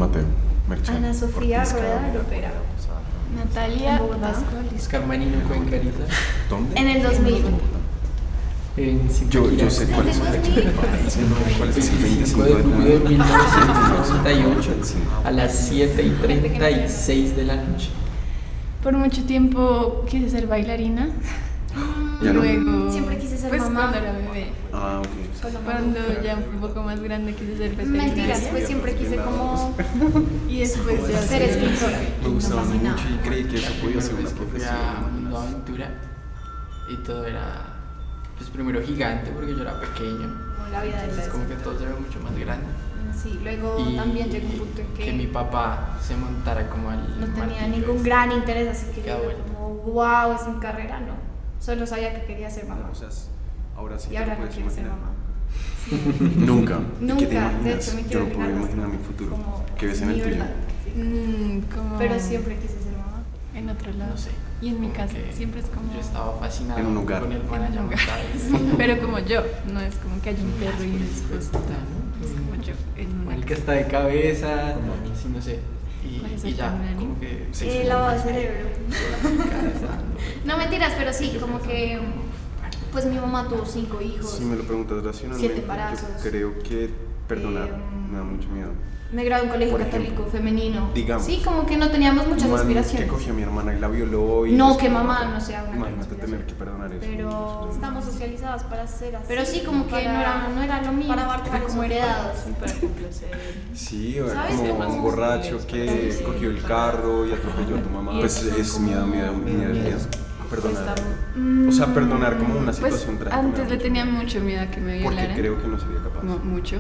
Mateo, Merchan, Ana Sofía Ortiz, Rueda Cabrera, Lopera. Posada. Natalia En Bogotá. Vasco. Oscar Manino fue en Garita. ¿Dónde? En el 2000. En Yo sé cuál es Desde el 2000. ¿Cuál es el 25 de julio de 1998 a las 7:36 de la noche. Por mucho tiempo quise ser bailarina. Ya no. Luego, Siempre quise ser pues, mamá. cuando era bebé. Ah, ok. Cuando ya fui un poco más grande quise ser veterinaria. Mentiras, pues siempre quise como Y después ya ser sí. escritora. Me gustaba Me fascinaba. mucho y creí que eso podía ser una Fui a profesión. Mundo Aventura y todo era, pues primero gigante porque yo era pequeño. Como la vida del Entonces como que pez. todo se ve mucho más grande. Sí, luego Y también llegó un punto en que mi papá se montara como al no tenía martillo ningún ese. gran interés, así que Queda yo bueno. como, wow, es mi carrera, no. Solo sabía que quería ser mamá. O sea, ahora sí Y te ahora lo no puedes quiero ser imaginar. mamá. Nunca. ¿Y qué te Nunca, de imaginas? hecho me Yo quiero no puedo arreglar imaginar hasta mi futuro. como ¿Qué ves en mi el tuyo? verdad, sí. Como Pero siempre quise ser mamá. en otro lado. No sé. Y en mi como casa que siempre es como yo estaba fascinado En un hogar. con el en man un allá lugar. montado. Pero como yo, no es como que haya un perro y después es como yo en una Marica está de cabeza, sí, no sé. Puede ser Y ya, como un como que Sí, Lavado de cerebro. cabeza. No mentiras, pero sí, como que pues mi mamá tuvo 5 hijos. Si me lo preguntas racionalmente, 7 embarazos. yo creo que perdonar me da mucho miedo. Me gradué en un colegio Por ejemplo, católico femenino. digamos, Sí, como que no teníamos muchas Un man aspiraciones. que cogió a mi hermana y la violó y No, después que la mamá mató. no sea una Imagínate aspiración. tener que perdonar eso. Pero Estamos socializadas para ser así. Pero sí, como que no era lo mío. Para abarcar como esos heredados. y para complacer. Sí, o ¿Sabes qué como pasa? un borracho que Sí, cogió el para- carro y atropelló a tu mamá. Y Pues eso es como miedo. Pues Perdonar. estamos- O sea, perdonar como una Pues situación trágica. me da antes le mucho tenía miedo. mucho miedo a que me Porque violaran. creo que no sería capaz. No, mucho.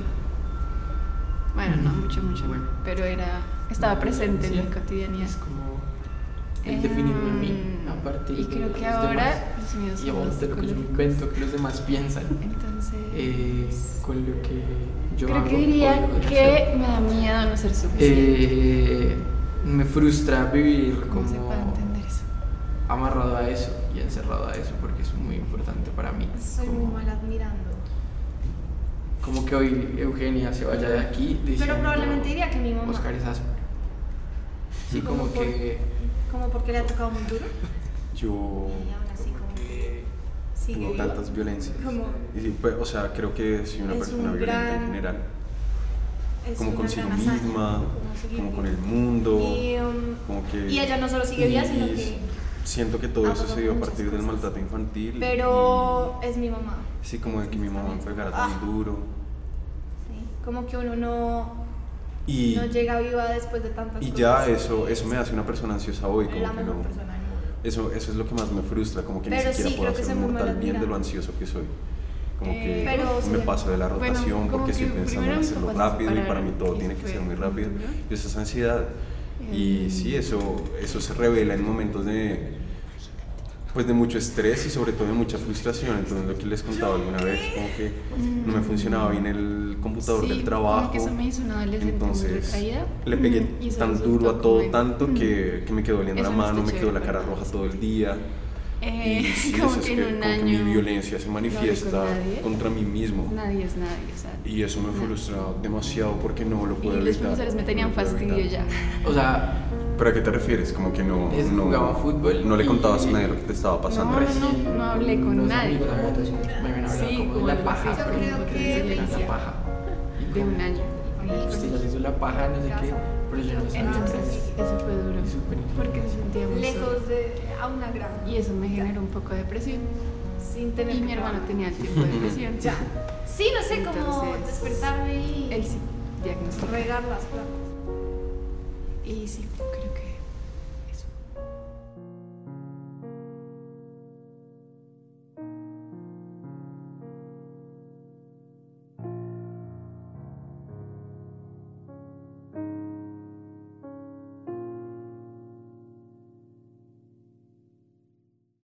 Bueno, no mucho, Bueno. pero estaba presente en Sí, mi cotidianidad. Es como el definirme a mí a partir Y de creo que los ahora demás. los míos Y a son más de lo que yo me psicológicos. cuento que los demás piensan, Entonces, con lo que yo creo hago, que diría o lo que que me da miedo no ser suficiente. me frustra vivir ¿Cómo se como puede entender eso? amarrado a eso y encerrado a eso porque es muy importante para mí. Soy muy Como- mal admirando. Como que hoy Eugenia se vaya de aquí diciendo, Pero probablemente diría que mi mamá. Oscar es áspero. Sí, Como como por- que Como porque le ha tocado muy duro. Yo Y aún así como que sigue tengo viva. tantas violencias. Como- Y sí, pues, o sea, creo que soy una Es persona un violenta gran- en general. Es Como una consigo gran hazaña, misma, seguir como con viva. el mundo. Y, Como que, y ella no solo sigue viva, sino que. siento que todo ha eso pasado se dio a muchas partir del cosas. maltrato infantil. Pero es mi mamá. y sí, como de que mi mamá me pegara tan Ah. duro. Sí. Como que uno no Y, llega viva después de tantas y cosas. ya eso me hace una persona ansiosa hoy. Como La que mejor no. persona del mundo. Eso es lo que más me frustra, como que Pero ni siquiera sí, puedo creo que hacer soy un muy mortal mal bien de lo admirada. ansioso que soy. Como que Pero me sí. paso de la Bueno, rotación como porque estoy que pensando en primero mis hacerlo papás se rápido y para mí separaron, todo y tiene eso que ser fue muy rápido. muy duro. Y eso es ansiedad. Y sí, eso se revela en momentos pues de mucho estrés y sobre todo de mucha frustración. Entonces lo que les contaba alguna vez, como que no me funcionaba bien el computador Sí, del trabajo. como que eso me hizo una adolescente muy Entonces recaída. le pegué Y eso tan resultó duro a como todo en- tanto que me quedó doliendo Eso la no mano, está me quedó la chévere, cara ¿verdad? roja todo el día. Y sí, como eso es que que, en un como que año mi violencia se manifiesta no hablé con nadie. contra mí mismo. Nadie es nadie, o sea. Y eso me frustra demasiado porque no lo Y puedo los evitar. profesores me tenían no lo puedo fastidio evitar. ya. o sea, ¿Pero a qué te refieres? Como que no, jugaba fútbol no le y- contabas a nadie lo que te estaba pasando. No hablé con los nadie. amigos me habían hablado Sí, como de como la algo paja, así, por yo ejemplo, creo que que decían te la paja. Y de como, un año. Pues ella se hizo la paja, no sé qué, pero yo no sabía. Entonces, eso fue duro. Súper incómodo. Porque se sentía muy Lejos sola. de a una gran. Y eso me generó un poco de depresión. Sin tener Y que mi hermano trabajar. tenía el tiempo de depresión. Ya. Sí, no sé cómo Entonces, despertarme y Él sí diagnosticó. regar las plantas. Y sí, creo